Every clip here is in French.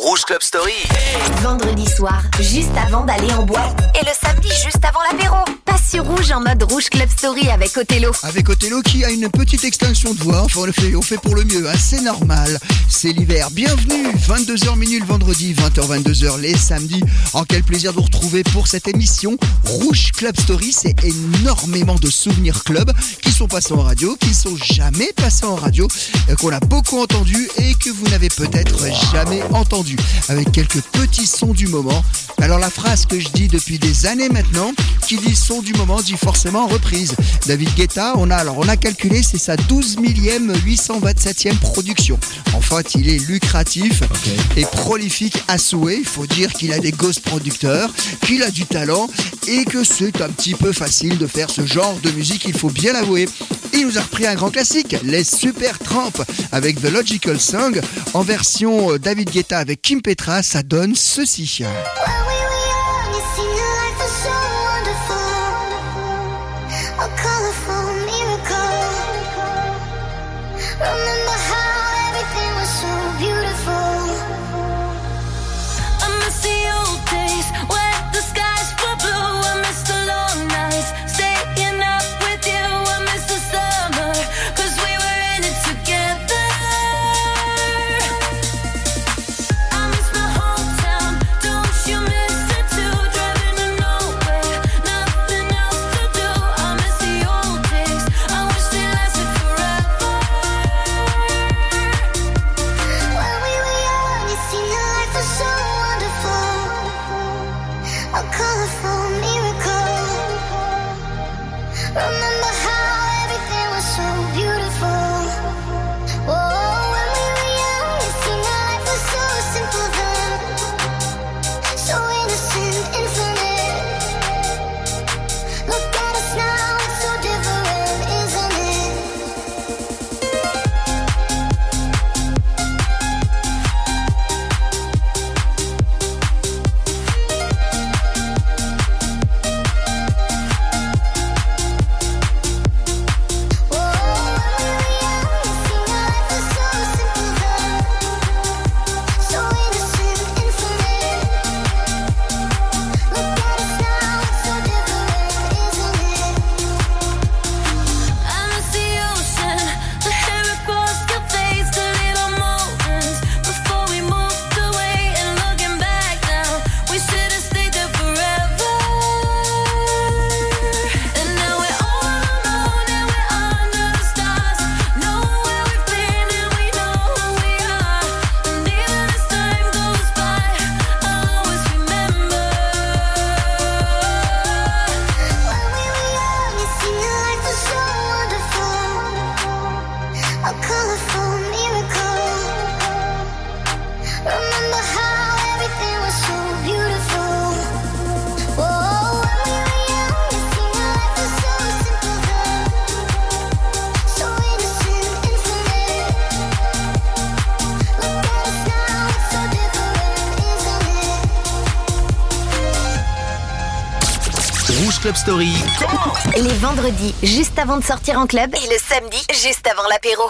Rouge Club Story. Vendredi soir, juste avant d'aller en boîte. Et le samedi, juste avant l'apéro. Passe sur Rouge en mode Rouge Club Story avec Othello. Avec Othello qui a une petite extinction de voix. Enfin, on fait pour le mieux, hein, c'est normal. C'est l'hiver. Bienvenue, 22h minuit le vendredi, 20h-22h les samedis. En quel plaisir de vous retrouver pour cette émission Rouge Club Story. C'est énormément de souvenirs club qui sont passés en radio, qui sont jamais passés en radio, qu'on a beaucoup entendu et que vous n'avez peut-être jamais entendu. Avec quelques petits sons du moment. Alors la phrase que je dis depuis des années maintenant, qui dit son du moment dit forcément reprise. David Guetta, on a calculé, c'est sa 12 millième 827e production. En fait, il est lucratif et prolifique à souhait. Il faut dire qu'il a des gosses producteurs, qu'il a du talent et que c'est un petit peu facile de faire ce genre de musique, il faut bien l'avouer. Il nous a repris un grand classique, les Supertramp avec The Logical Song en version David Guetta avec Kim Petras, ça donne ceci. Club Story. Les vendredis, juste avant de sortir en club. Et le samedi, juste avant l'apéro.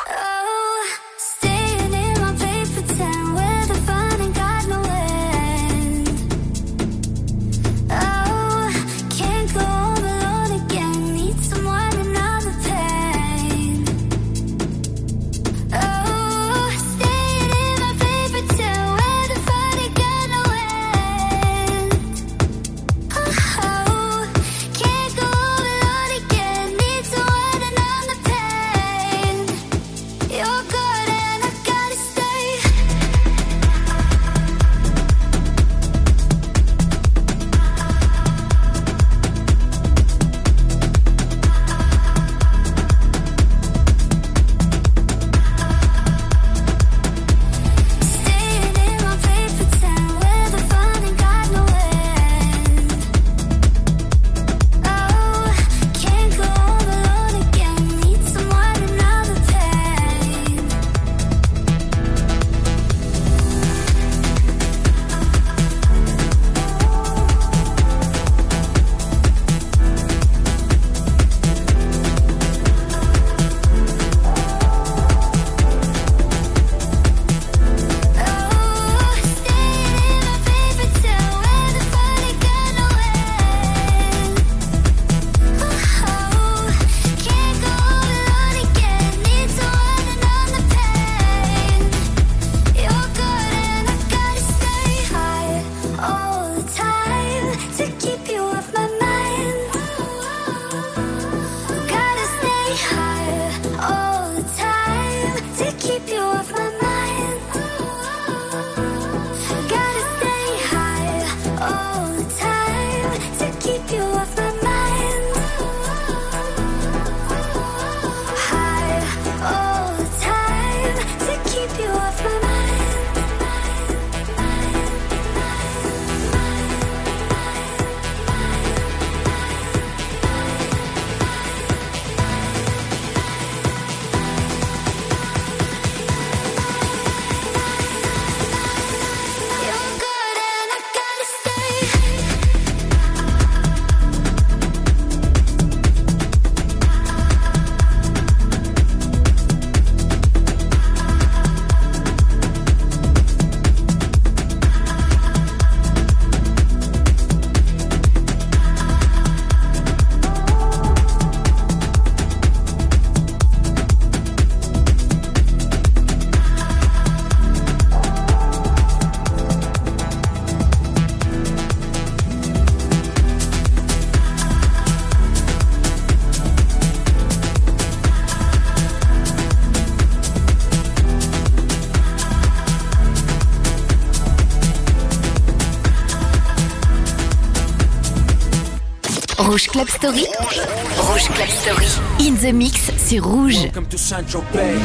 Rouge Club Story. Rouge Club Story. In the mix sur Rouge. Welcome to Saint-Tropez.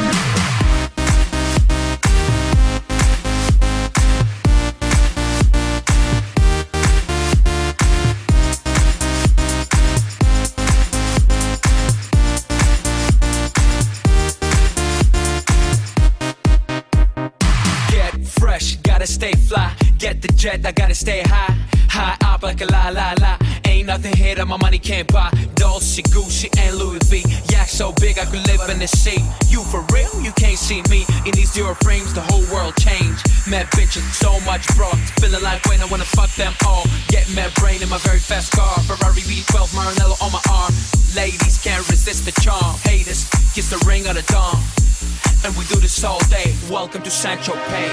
Gotta stay fly, get the jet, I gotta stay high. High up like a la la la. Ain't nothing here that my money can't buy. Dolce, Gucci, and Louis V. Yak so big I could live in the sea. You for real? You can't see me. In these Dior frames, the whole world changed. Mad bitches, so much broad. Feeling like when I wanna fuck them all. Get mad brain in my very fast car. Ferrari V12, Maranello on my arm. Ladies can't resist the charm. Haters, kiss the ring of the dawn. And we do this all day. Welcome to Saint-Tropez.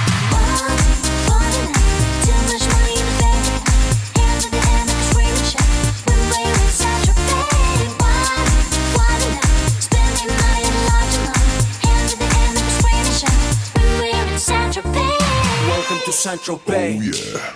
Too much money in the bank. Hand in the hand, like a screaming check. When we're in Saint-Tropez, why spending money in a large amount. Hand in the hand, like a screaming check. When we're in Saint-Tropez. Welcome to Saint-Tropez. Oh yeah.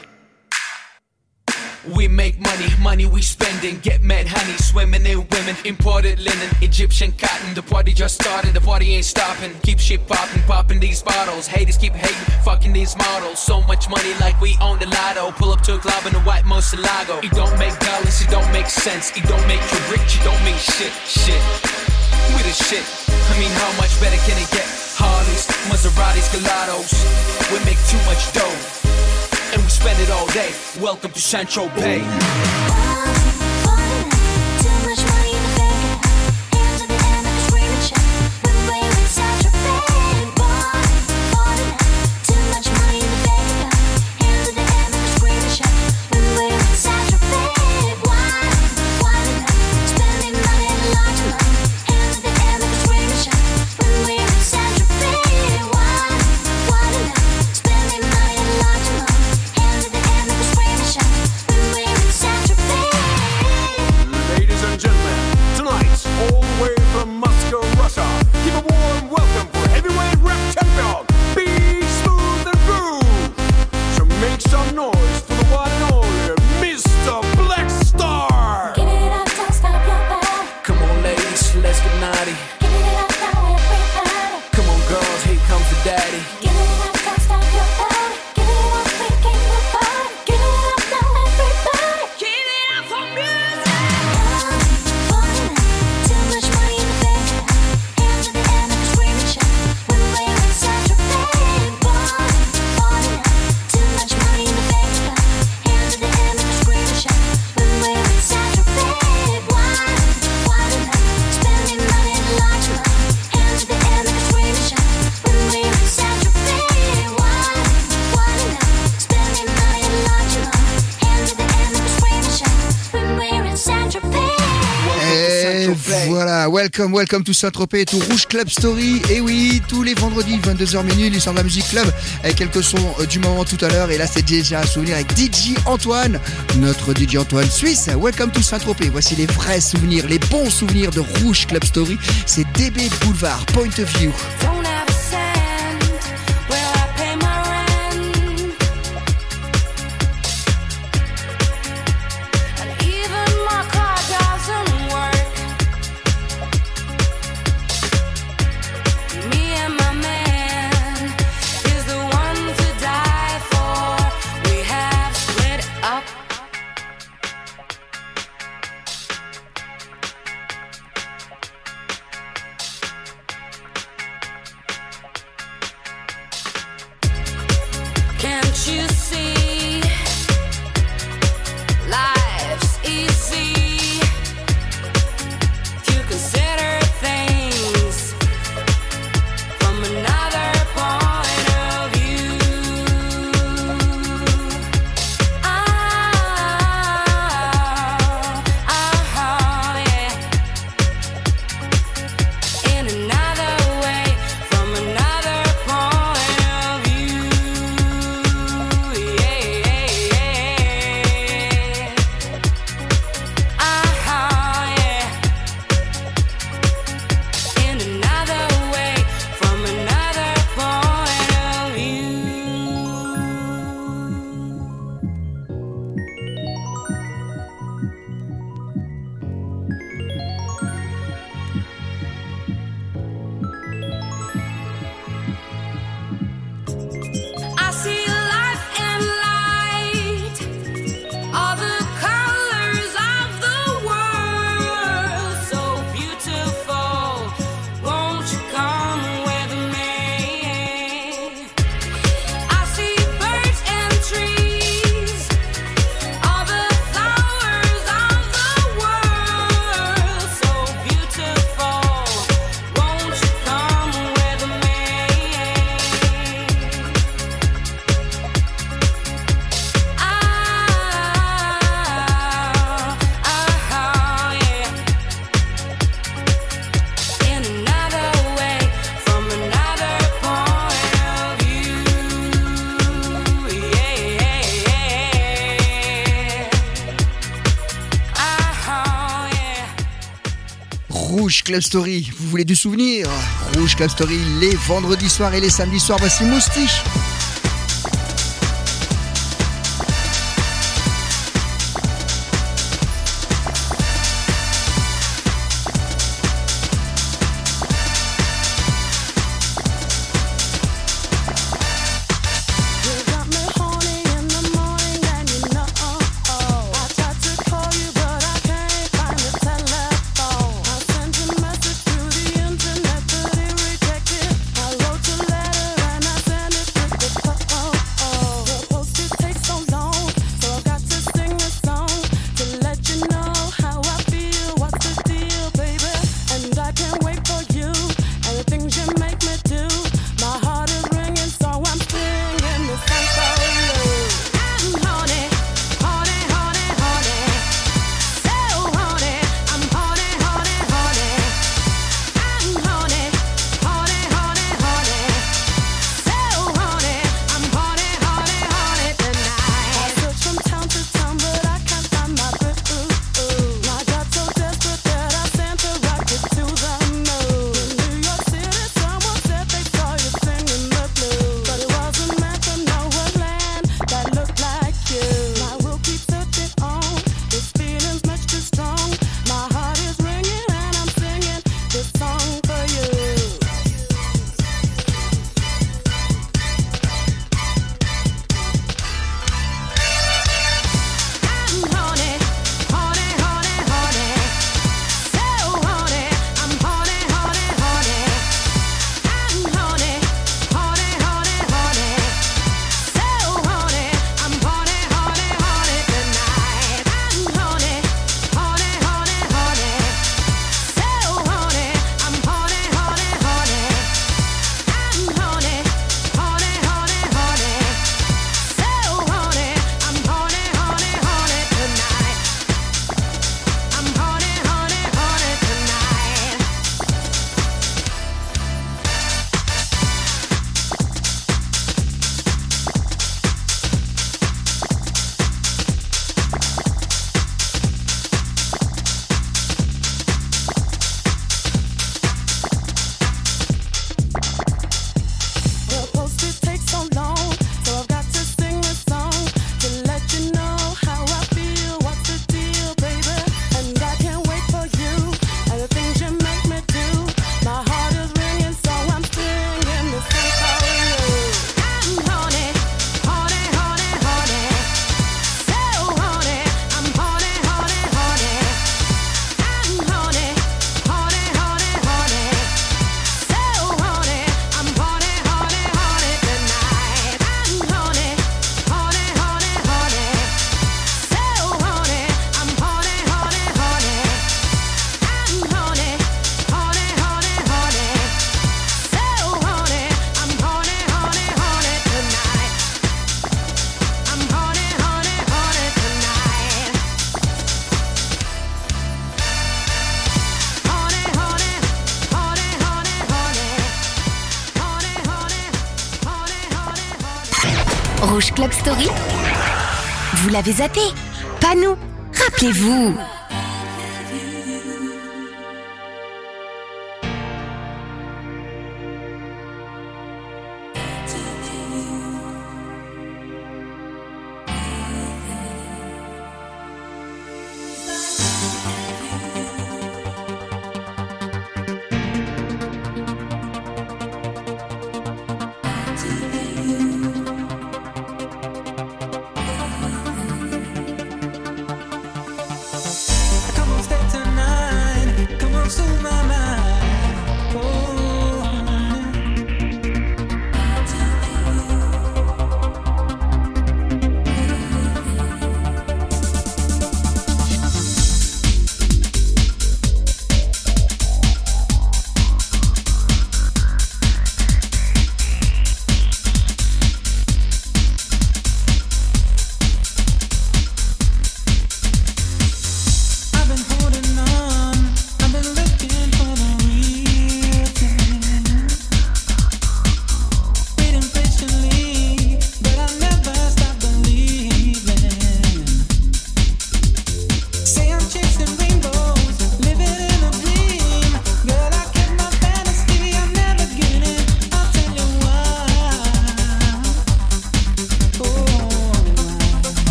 We make money, money we spending. Get mad honey, swimming in women. Imported linen, Egyptian cotton. The party just started, the party ain't stopping. Keep shit popping, popping these bottles. Haters keep hating, fucking these models. So much money like we own the lotto. Pull up to a club in a white Murcielago. It don't make dollars, it don't make sense. It don't make you rich, it don't mean shit. We the shit, I mean how much better can it get? Harleys, Maseratis, Gelatos. We make too much dough and we spend it all day. Welcome to Saint-Tropez. Too much money in the bank. Hand in the hand, like a screaming check. When we're in Saint-Tropez, too much money in the bank. Hand in the hand, like a screaming check. When we're in Saint-Tropez, why spending money in a large amount. Hand in the hand, like a screaming check. When we're in Saint-Tropez, why spending money in a large amount. Ladies and gentlemen, tonight, all the way from Moscow, Russia, give a warm welcome for heavyweight rap champion, Be Smooth and Groove. So make some noise for the one and only Mr. Black Star. Give it up, don't stop your body. Come on ladies, let's get naughty. Give it up, now everybody. Come on girls, here comes the daddy. Give it up, don't stop your body. Give it up, breaking your body. Give it up, now everybody. Give it up for music. Too much money in the bank. Hand in the hand, like a screaming check. When we're in Saint-Tropez, too much money in the bank. Hand in the hand, like a screaming check. When we're in Saint-Tropez, why spending money in a large amount. Hand in the hand, like a screaming check. When we're in Saint-Tropez, why spending money in a large amount. Hand in the hand, like a screaming check. When we're in Saint-Tropez. Et voilà, welcome to Saint-Tropez, to Rouge Club Story. Et oui, tous les vendredis 22h minuit, l'histoire de la musique club avec quelques sons du moment tout à l'heure. Et là c'est déjà un souvenir avec DJ Antoine, notre DJ Antoine suisse. Welcome to Saint-Tropez. Voici les vrais souvenirs, les bons souvenirs de Rouge Club Story. C'est DB Boulevard, Point of View. Don't ever send where I pay my rent. And even my car doesn't work. Me and my man is the one to die for. We have split up. Can't you see? Life's easy if you consider things from another point of view. Yeah. In another way, from another point of view. Yeah. Rouge Club Story, vous voulez du souvenir? Rouge Club Story les vendredis soirs et les samedis soirs, voici Moustiche. Rouge Club Story, vous l'avez zappé, pas nous. Rappelez-vous.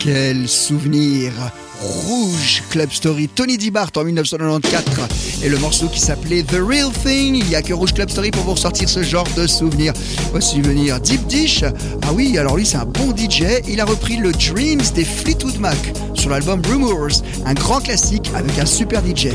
Quel souvenir! Rouge Club Story, Tony Di Bart en 1994 et le morceau qui s'appelait The Real Thing. Il n'y a que Rouge Club Story pour vous ressortir ce genre de souvenirs. Voici venir Deep Dish. Ah oui, alors lui c'est un bon DJ. Il a repris le Dreams des Fleetwood Mac sur l'album Rumors, un grand classique avec un super DJ.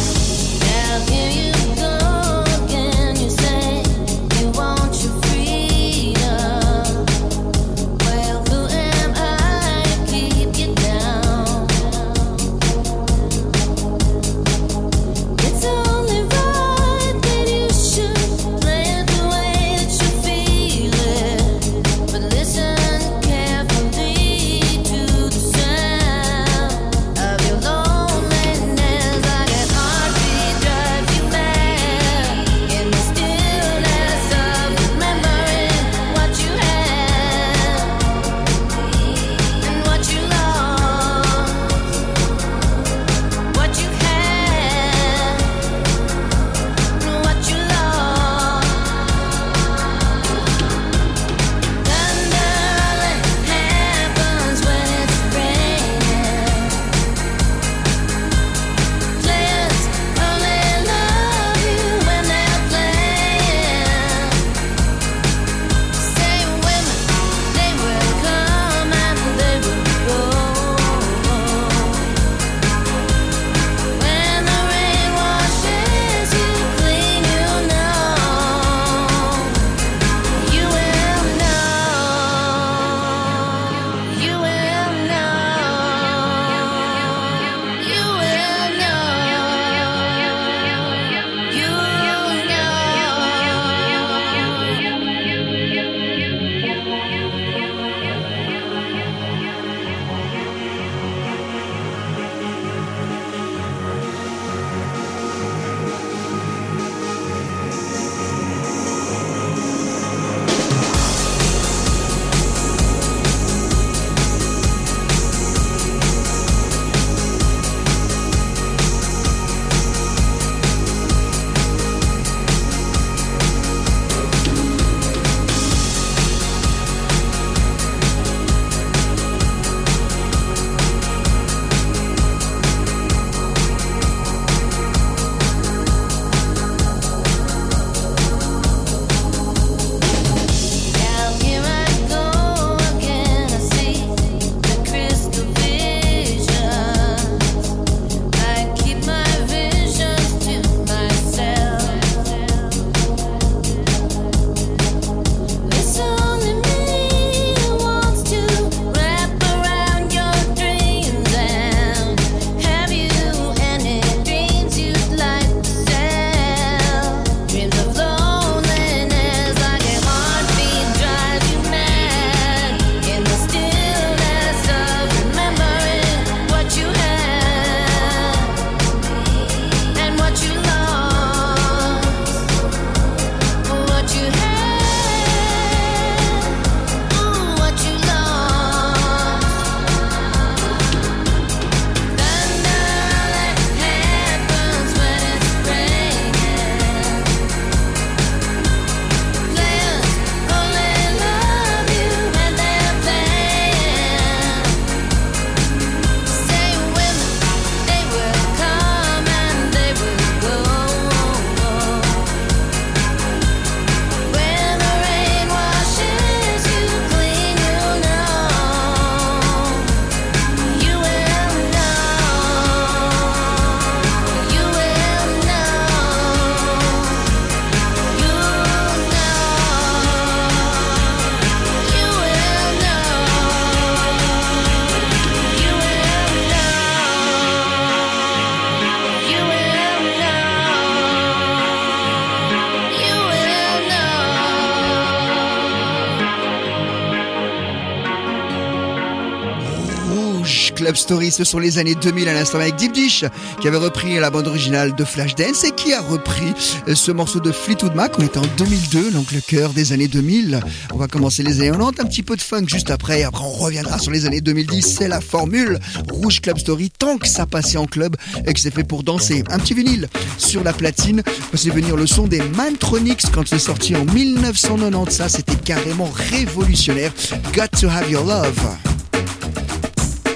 Club Story, ce sont les années 2000 à l'instant avec Deep Dish qui avait repris la bande originale de Flashdance et qui a repris ce morceau de Fleetwood Mac. On est en 2002, donc le cœur des années 2000. On va commencer les années 90, un petit peu de funk juste après. Après on reviendra sur les années 2010, c'est la formule Rouge Club Story, tant que ça passait en club et que c'est fait pour danser. Un petit vinyle sur la platine, c'est venir le son des Mantronics quand c'est sorti en 1990. Ça c'était carrément révolutionnaire. Got to Have Your Love.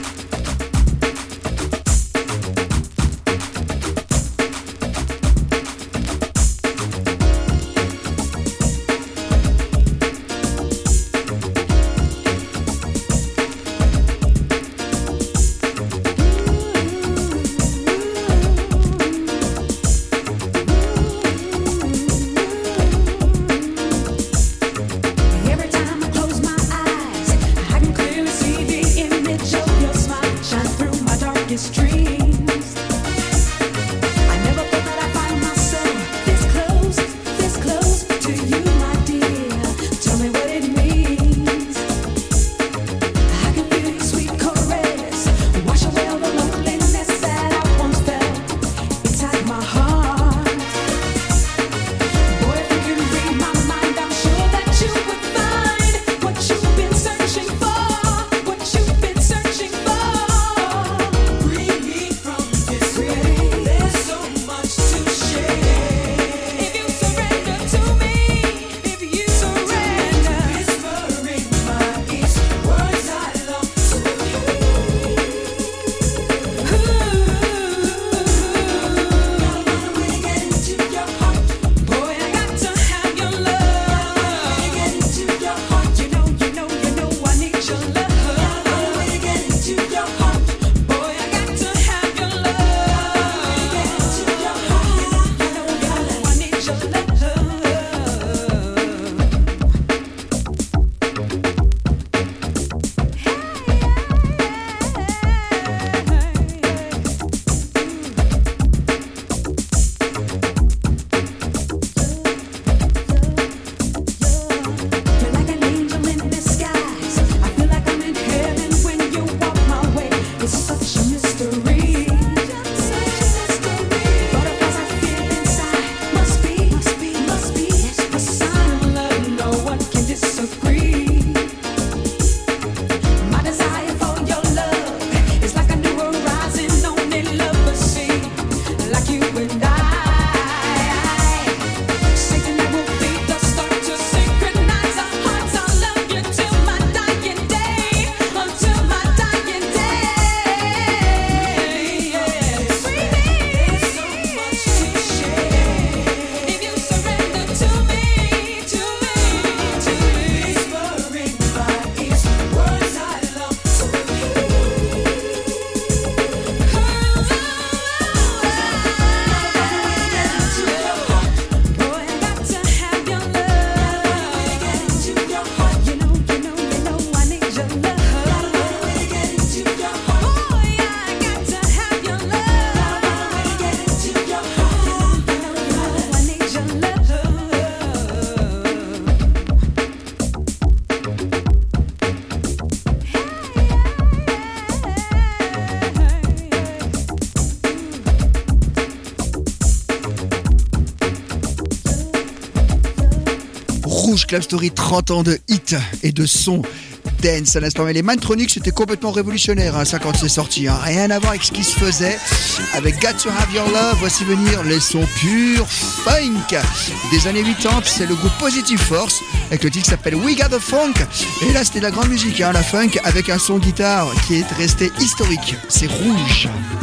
Rouge Club Story, 30 ans de hits et de sons dance à l'instant. Mais les Mantronics, c'était complètement révolutionnaire, hein, ça, quand c'est sorti. Hein. Rien à voir avec ce qui se faisait. Avec Got to Have Your Love, voici venir les sons purs funk des années 80. C'est le groupe Positive Force avec le titre qui s'appelle We Got the Funk. Et là, c'était de la grande musique, hein, la funk, avec un son guitare qui est resté historique. C'est Rouge.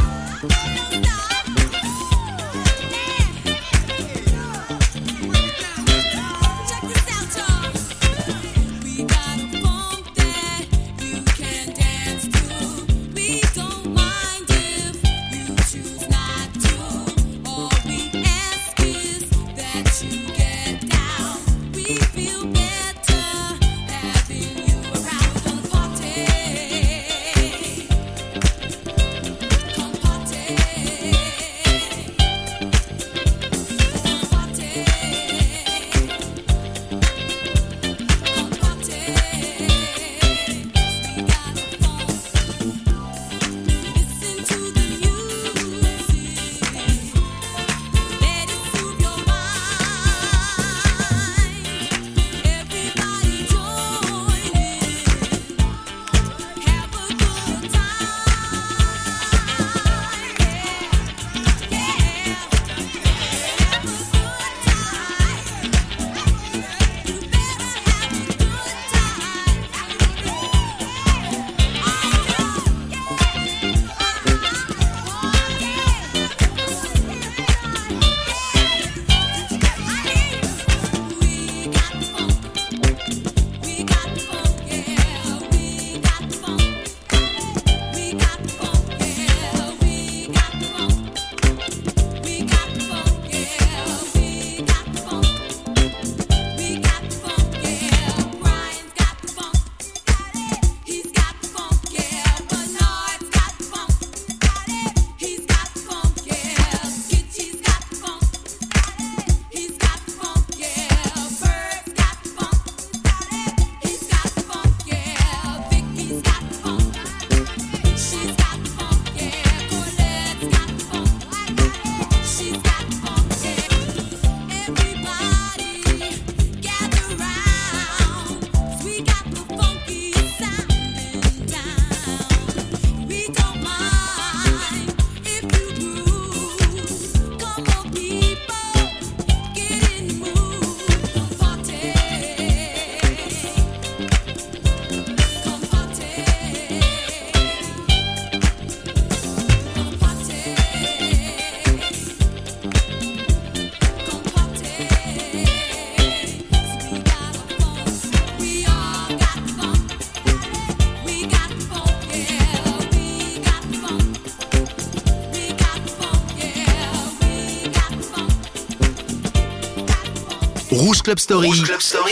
Rouge Club Story. Rouge Club Story.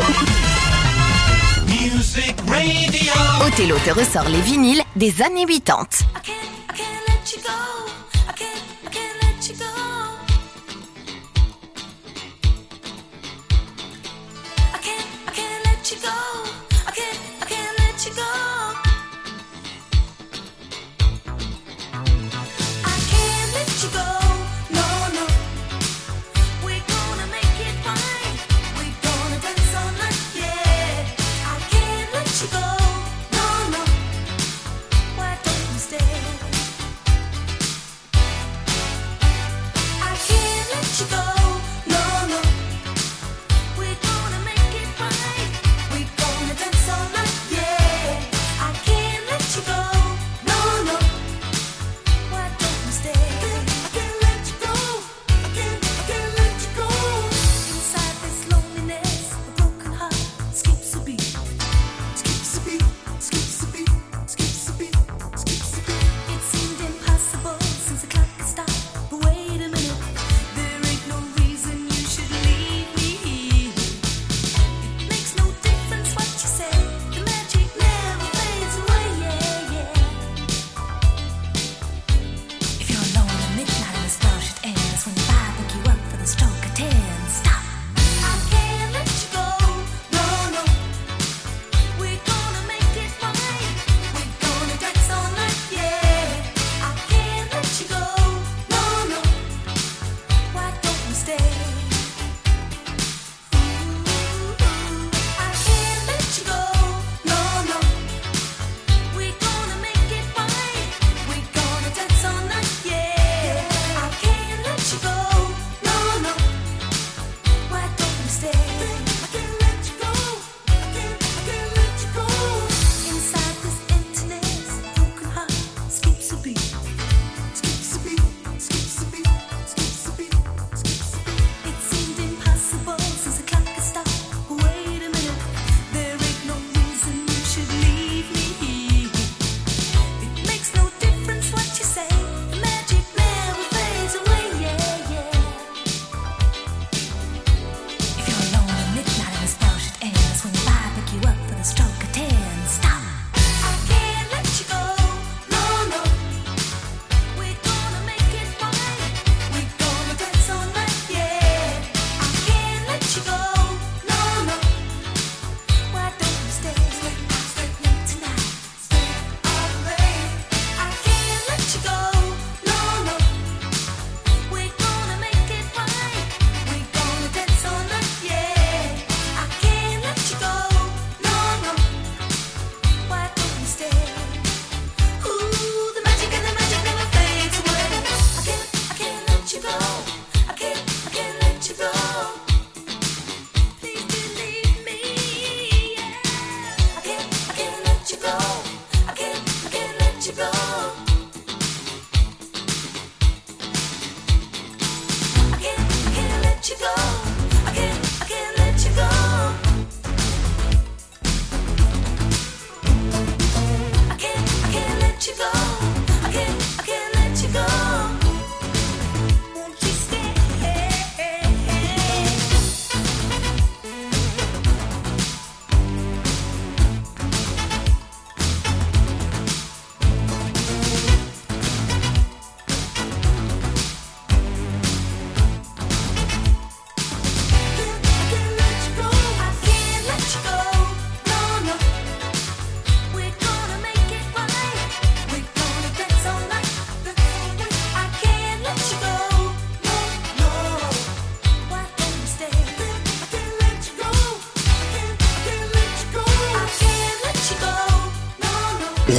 Music Radio. Othello te ressort les vinyles des années 80. I can't let you go. I can't let you go. I can't let you go. I can't let you go. I can't let you go. No, no. We're gonna make it fine. We're gonna dance all night, yeah. I can't let you go. No, no. Why don't you stay?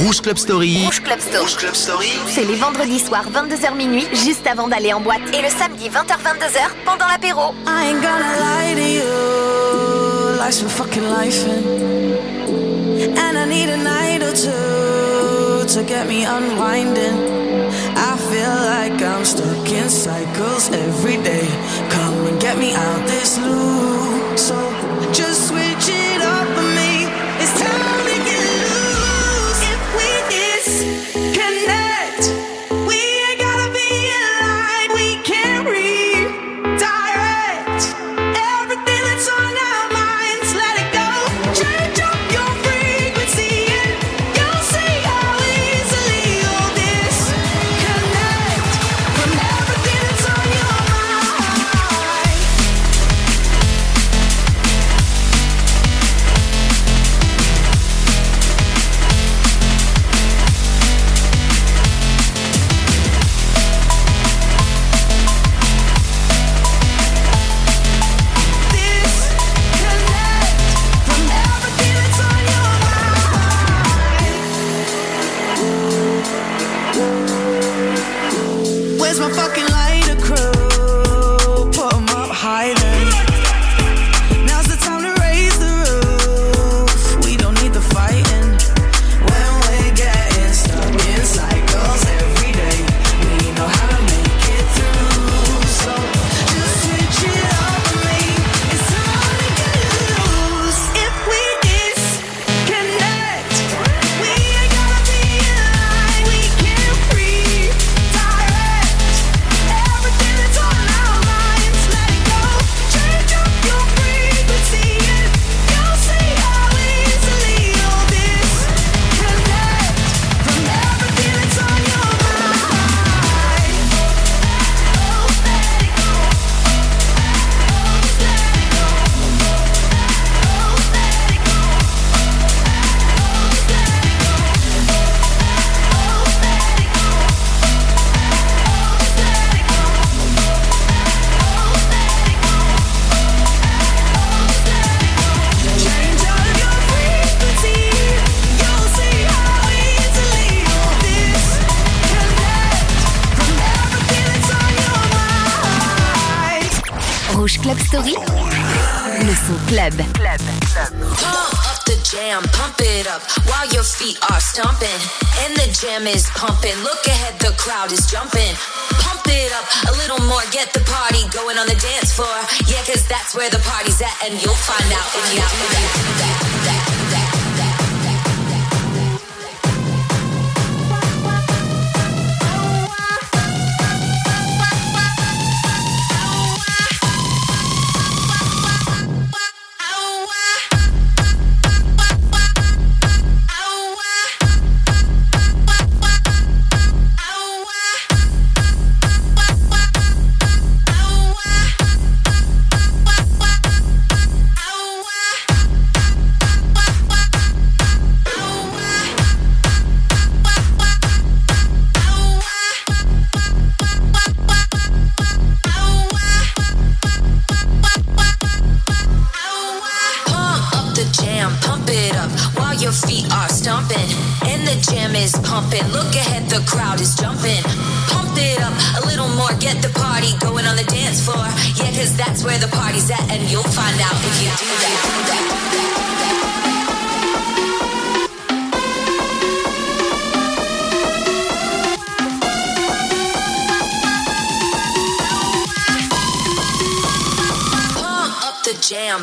Rouge Club Story. Rouge Club Story. Rouge Club Story. C'est les vendredis soirs 22h minuit, juste avant d'aller en boîte. Et le samedi 20h-22h, pendant l'apéro. I ain't gonna lie to you. Life's been fucking lifing. And I need a night or two to get me unwinding. I feel like I'm stuck in cycles every day. Come and get me out this loop. So just switch it up for me. It's time to get loose. If we disconnect, we ain't gotta be aligned. We can redirect everything that's on our minds. Let it go. Change up your frequency and you'll see how easily you'll disconnect from everything that's on your mind. Where's my fucking lighter crew? Put 'em up high then. Now's the time to raise the roof. We don't need the fighting. When we're getting stuck in cycles every day, we know how to make it through. So just switch it up for me. It's time to get loose. If we disconnect, we ain't gonna be aligned. We can redirect everything that's on our minds. Let it go. Change up your frequency and you'll see how easily you'll disconnect from everything that's on your mind. Oh, let it go. Oh, just let it go. Oh, let it go. Oh, just let it go. Oh, let it go. Oh, just let it go. Change out of your frequency. You'll see how easily you'll disconnect from everything that's on your mind. Rouge Club Story. Le son club. Pump up the jam, pump it up while your feet are stomping. And the jam is pumping. Look ahead, the crowd is jumping. Pump it up a little more, get the party going on the dance floor. Yeah, cause that's where the party's at, and you'll find out if you do that. Pump up the jam, pump it up while your feet are stomping. And the jam is pumping. Look ahead, the crowd is jumping. Pump it up a little more, get the party going on the dance floor. Yeah, cause that's where the party's at, and you'll find out if you do that. Pump up the jam.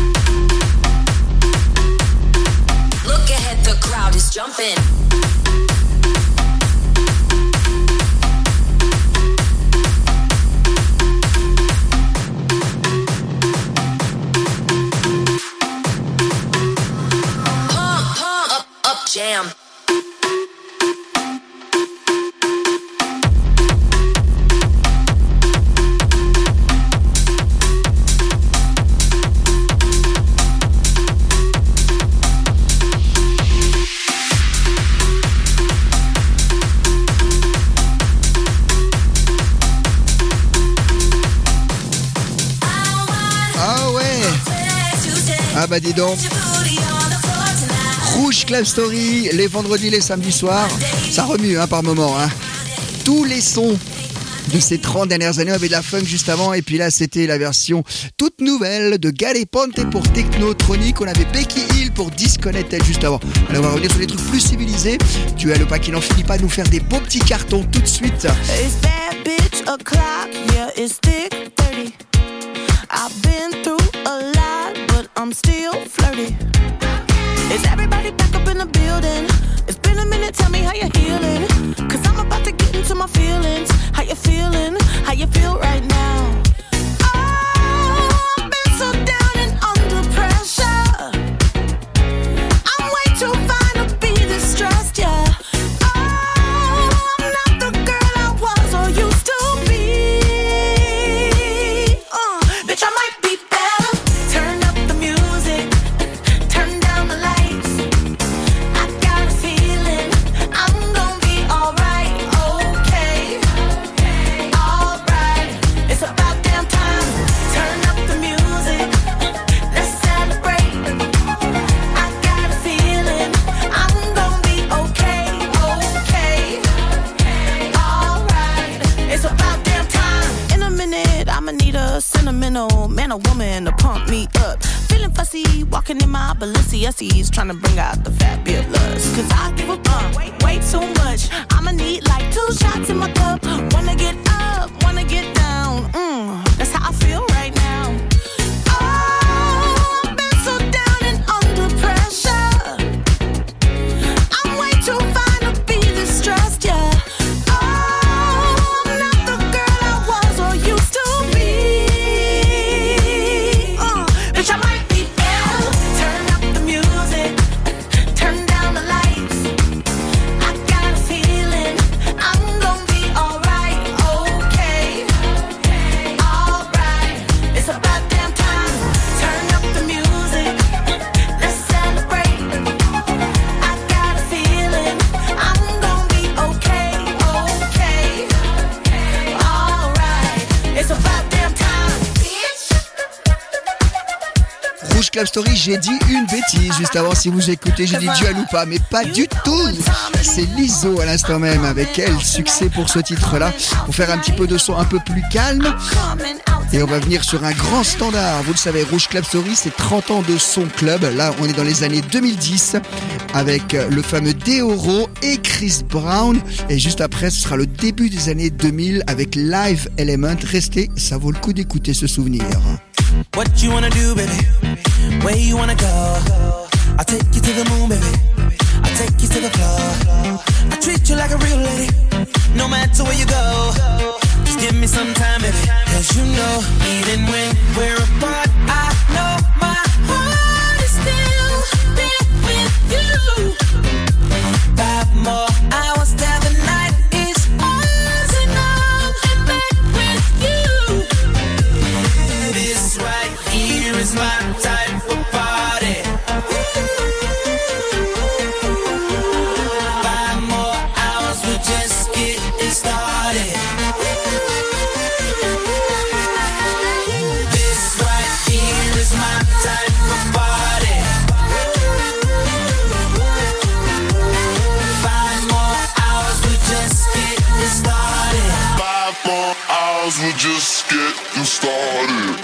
Look ahead, the crowd is jumping. Ah bah dis donc. Rouge Club Story, les vendredis, les samedis soirs, ça remue par moment. Tous les sons de ces 30 dernières années, on avait de la funk juste avant, et puis là c'était la version toute nouvelle de Gale Ponte pour Technotronic. On avait Becky Hill pour Disconnected juste avant. Allez, on va revenir sur des trucs plus civilisés. Tu as le pas qui n'en finit pas de nous faire des beaux petits cartons tout de suite. It's bad bitch o'clock, yeah, it's thick 30. I've been through a lot, but I'm still flirty. Is everybody back up in the building? It's been a minute, tell me how you're healing. Cause I'm about to get into my feelings. How you feeling? How you feel right now? Oh, I've been so down and under pressure. I'm way too fine to be this stressed, yeah. Oh, I'm not the girl I was or used to be. Bitch, I might be better. Turn up the music, turn down the lights. I got a feeling I'm gonna be alright, okay, alright. It's about damn time. Turn up the music, let's celebrate. I got a feeling I'm gonna be okay, alright. It's about damn time. In a minute, I'ma need a sentimental man or woman to pump me up. Feeling fussy, walking in my Balenciennes, trying to bring out the fabulous. Cause I give a fuck, way too much. I'ma need like 2 shots in my cup. Wanna get up, wanna get down. That's how I feel right now. Oh, I've been so down and under pressure. I'm way too fine to be this stressed, yeah. Oh, I'm not the girl I was or used to be. Bitch, I might be better. Turn up the music, turn down the lights. I got a feeling I'm gonna be alright, okay, alright. It's about damn time. Turn up the music, let's celebrate. I got a feeling I'm gonna be okay, alright. It's about damn time, bitch. Rouge Club Story, j'ai dit une bêtise juste avant. Si vous écoutez, j'ai dit Dua Lipa, mais pas du tout. C'est Lizzo à l'instant même. Avec quel succès pour ce titre-là. Pour faire un petit peu de son un peu plus calme. Et on va venir sur un grand standard. Vous le savez, Rouge Club Story, c'est 30 ans de son club. Là, on est dans les années 2010 avec le fameux Deoro et Chris Brown. Et juste après, ce sera le début des années 2000 avec Live Element. Restez, ça vaut le coup d'écouter ce souvenir. What you wanna do, baby? Where you wanna go? I'll take you to the moon, baby. I'll take you to the floor. I treat you like a real lady. No matter where you go, just give me some time, baby. Cause you know, even when we're apart, I know my heart is still there with you. 5 more hours till the night is ours, and I'm back with you. This right here is my type of party. 5 more hours, we're just getting started. This right here is my type of party. 5 more hours, we're just getting started. 5 more hours, we're just getting started.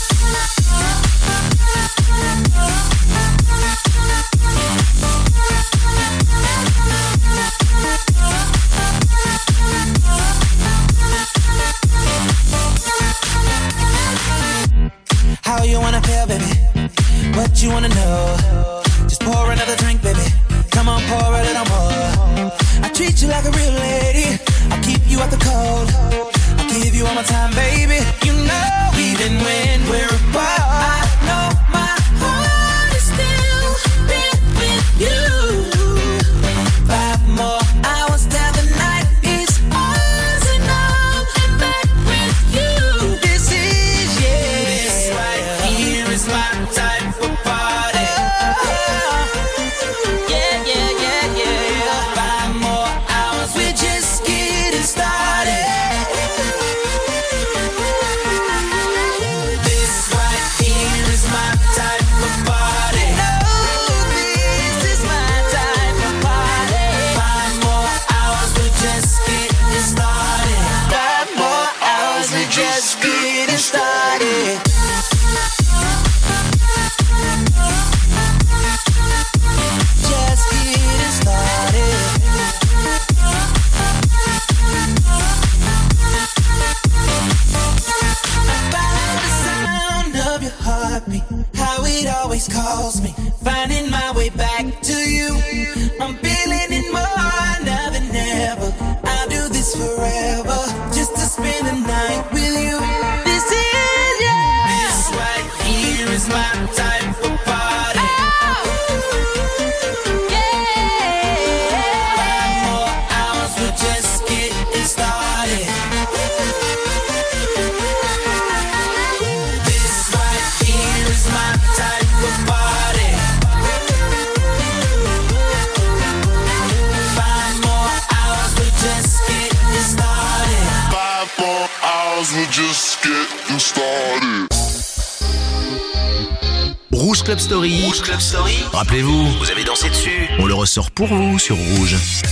How you wanna feel, baby? What you wanna know? Just pour another drink, baby. Come on, pour a little more. I treat you like a real lady. I'll keep you out the cold. I'll give you all my time, baby. You know, even when we're apart, I know my heart is still there with you. 5 more hours till the night is ours, and I'm back with you. This is, yeah, this right here is my type of party. Yeah, yeah, yeah, yeah. 5 more hours, we're just getting started. just getting started. Just getting started. By the sound of your heartbeat, how it always calls me, finding my way back to you. I'm feeling it more now than ever. I'll do this forever, just to spend the night with you. This is, yeah. This right here is my type of party. Yeah. 5 more hours, we're just getting started. This right here is my type of party. 5 more hours, we're just getting started. 5 more hours, we're just getting started. Rouge Club Story. Rouge Club Story. Rappelez-vous, vous avez dansé dessus. On le ressort pour vous sur Rouge.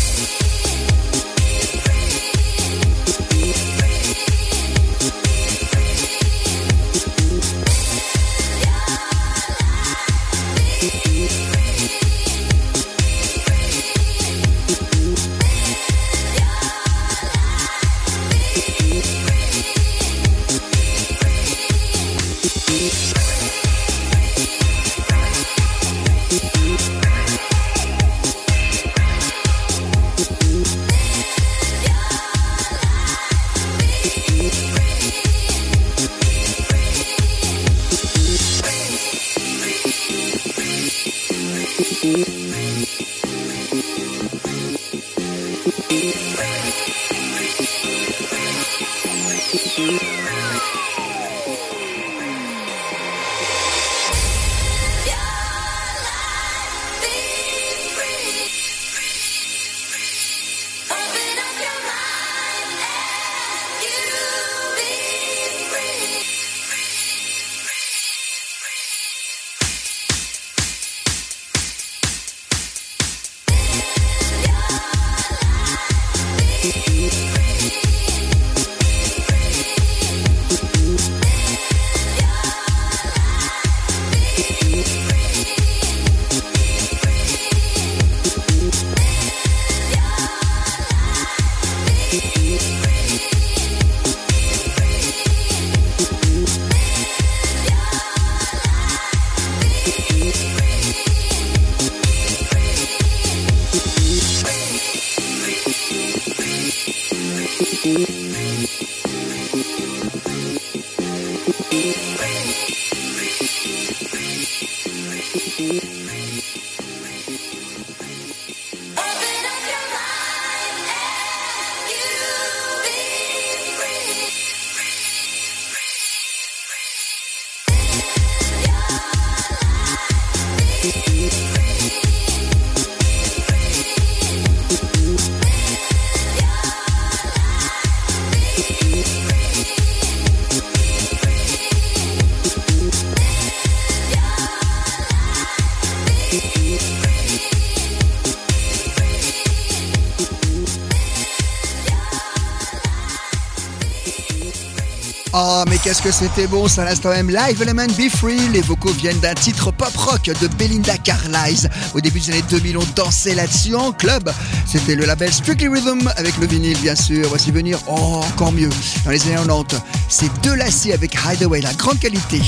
Oh, mais qu'est-ce que c'était bon, ça reste quand même Live Element Be Free. Les vocaux viennent d'un titre pop-rock de Belinda Carlisle. Au début des années 2000, on dansait là-dessus en club. C'était le label Strictly Rhythm avec le vinyle, bien sûr. Voici venir, oh, encore mieux, dans les années 90. C'est De Lassie avec Hideaway, la grande qualité.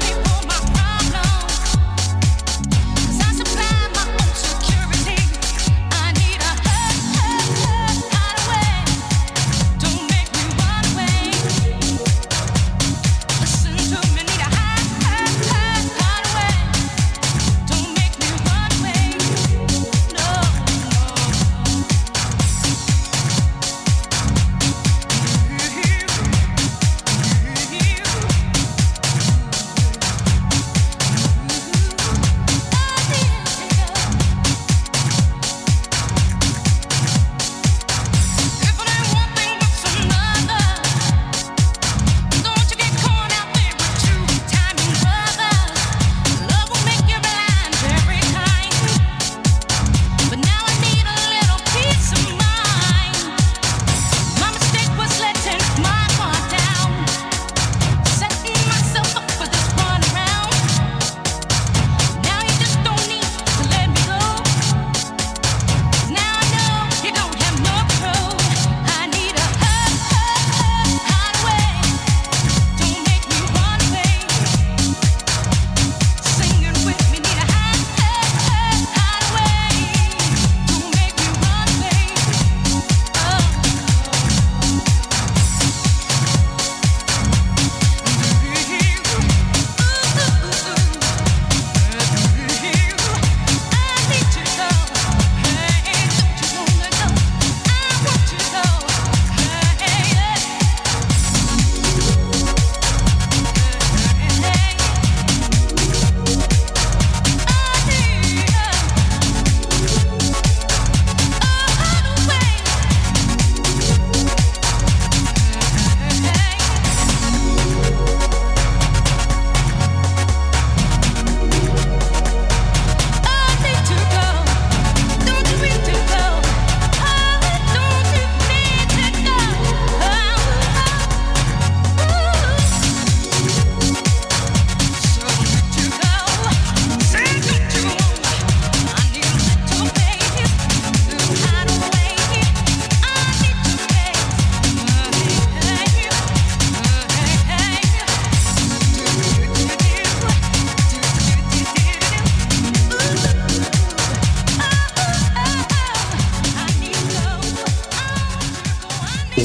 Security.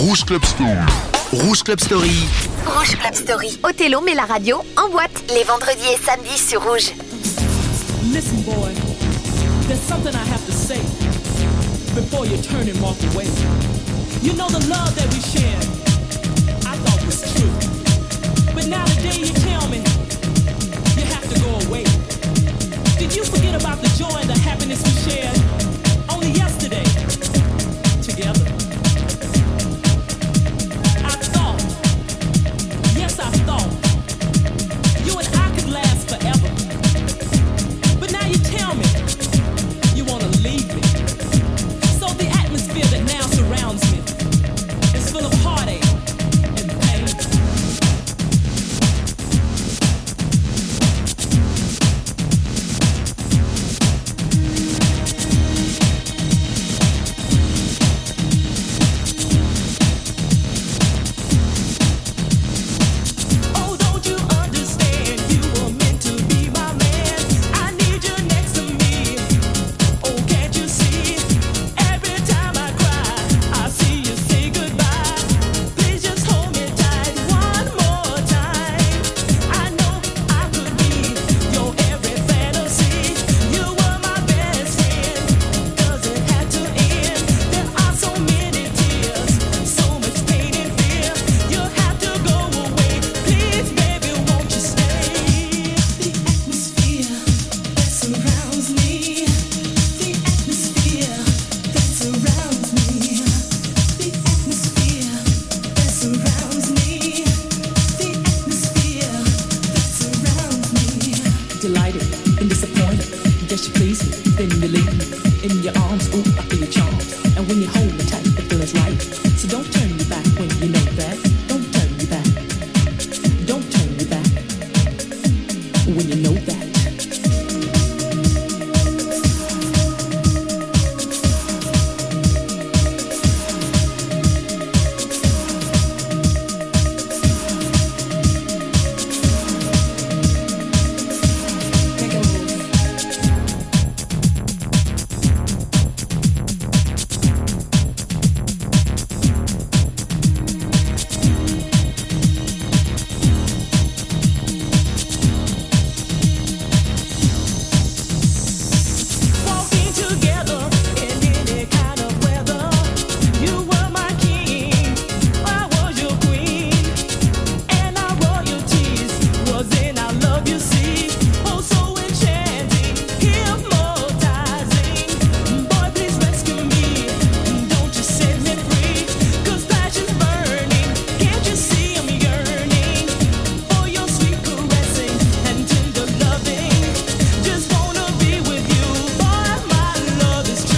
Rouge Club Story. Rouge Club Story. Rouge Club Story. Othello met la radio en boîte les vendredis et samedis sur Rouge. Listen, boy, there's something I have to say before you turn and walk away. You know the love that we shared, I thought was true. But now the day you tell me you have to go away. Did you forget about the joy and the happiness we shared only yesterday together? I thought, yes I thought, you and I could last forever. But now you tell me you want to leave me. So the atmosphere that now surrounds me is full of heartache and pain. Oh, don't you understand? You were meant to be my man. I need you next to me. Oh, can't you see? Every time I cry, I see you say goodbye. Please just hold me tight one more time. I know I could be your every fantasy. You were my best friend. Does it have to end? There are so many tears, so much pain and fear. You have to go away. Please, baby, won't you stay? The atmosphere that surrounds me. The atmosphere that surrounds me. The atmosphere that surrounds me. The atmosphere that surrounds me. Delighted and disappointed. Guess you please me, then you leave me. In your arms, ooh, I feel your charms. And when you hold me tight, it feels right. So don't turn me back when you know that. Don't turn me back. Don't turn me back when you know that. Walking together in any kind of weather. You were my king, I was your queen, and our royalties was in our love. You see, oh so enchanting, hypnotizing. Boy, please rescue me, don't you set me free, 'cause passion's burning. Can't you see I'm yearning for your sweet caressing and tender loving? Just wanna be with you, boy, my love is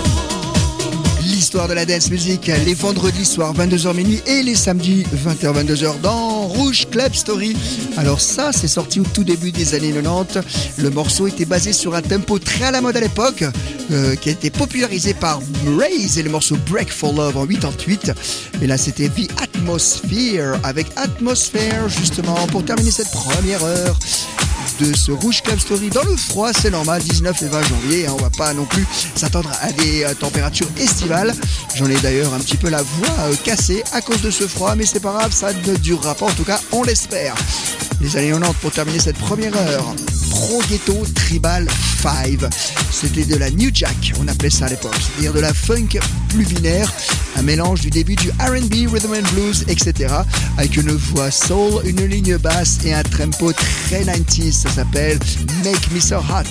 true. L'histoire de la dance music les vendredis soirs 22h minuit et les samedis 20h-22h dans Rouge Club Story. Alors ça, c'est sorti au tout début des années 90. Le morceau était basé sur un tempo très à la mode à l'époque, qui a été popularisé par Raze et le morceau Break for Love en 88. Et là, c'était The Atmosphere avec Atmosphere justement pour terminer cette première heure de ce Rouge Club Story dans le froid, c'est normal, 19 et 20 janvier, hein, on va pas non plus s'attendre à des températures estivales. J'en ai d'ailleurs un petit peu la voix cassée à cause de ce froid, mais c'est pas grave, ça ne durera pas, en tout cas on l'espère. Les années 90 pour terminer cette première heure. Pro Ghetto Tribal 5. C'était de la New Jack, on appelait ça à l'époque, c'est-à-dire de la funk plus binaire, un mélange du début du R&B, rhythm and blues, etc. avec une voix soul, une ligne basse et un tempo très 90s. Ça s'appelle Make Me So Hot.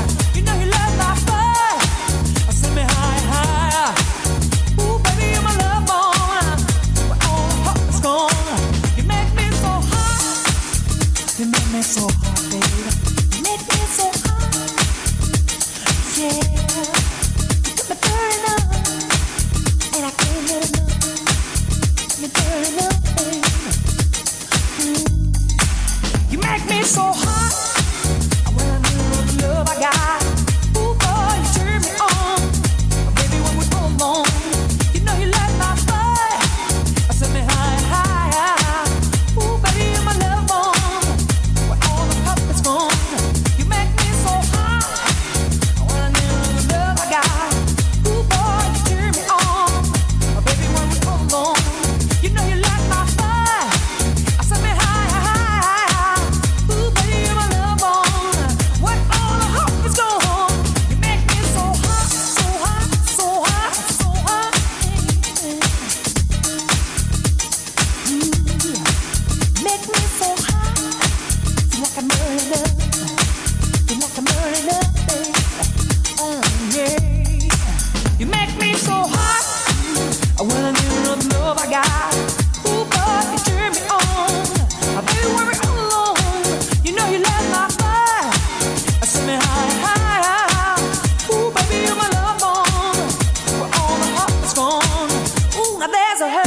Send me high, higher. Ooh, baby, you're my love. cause of her.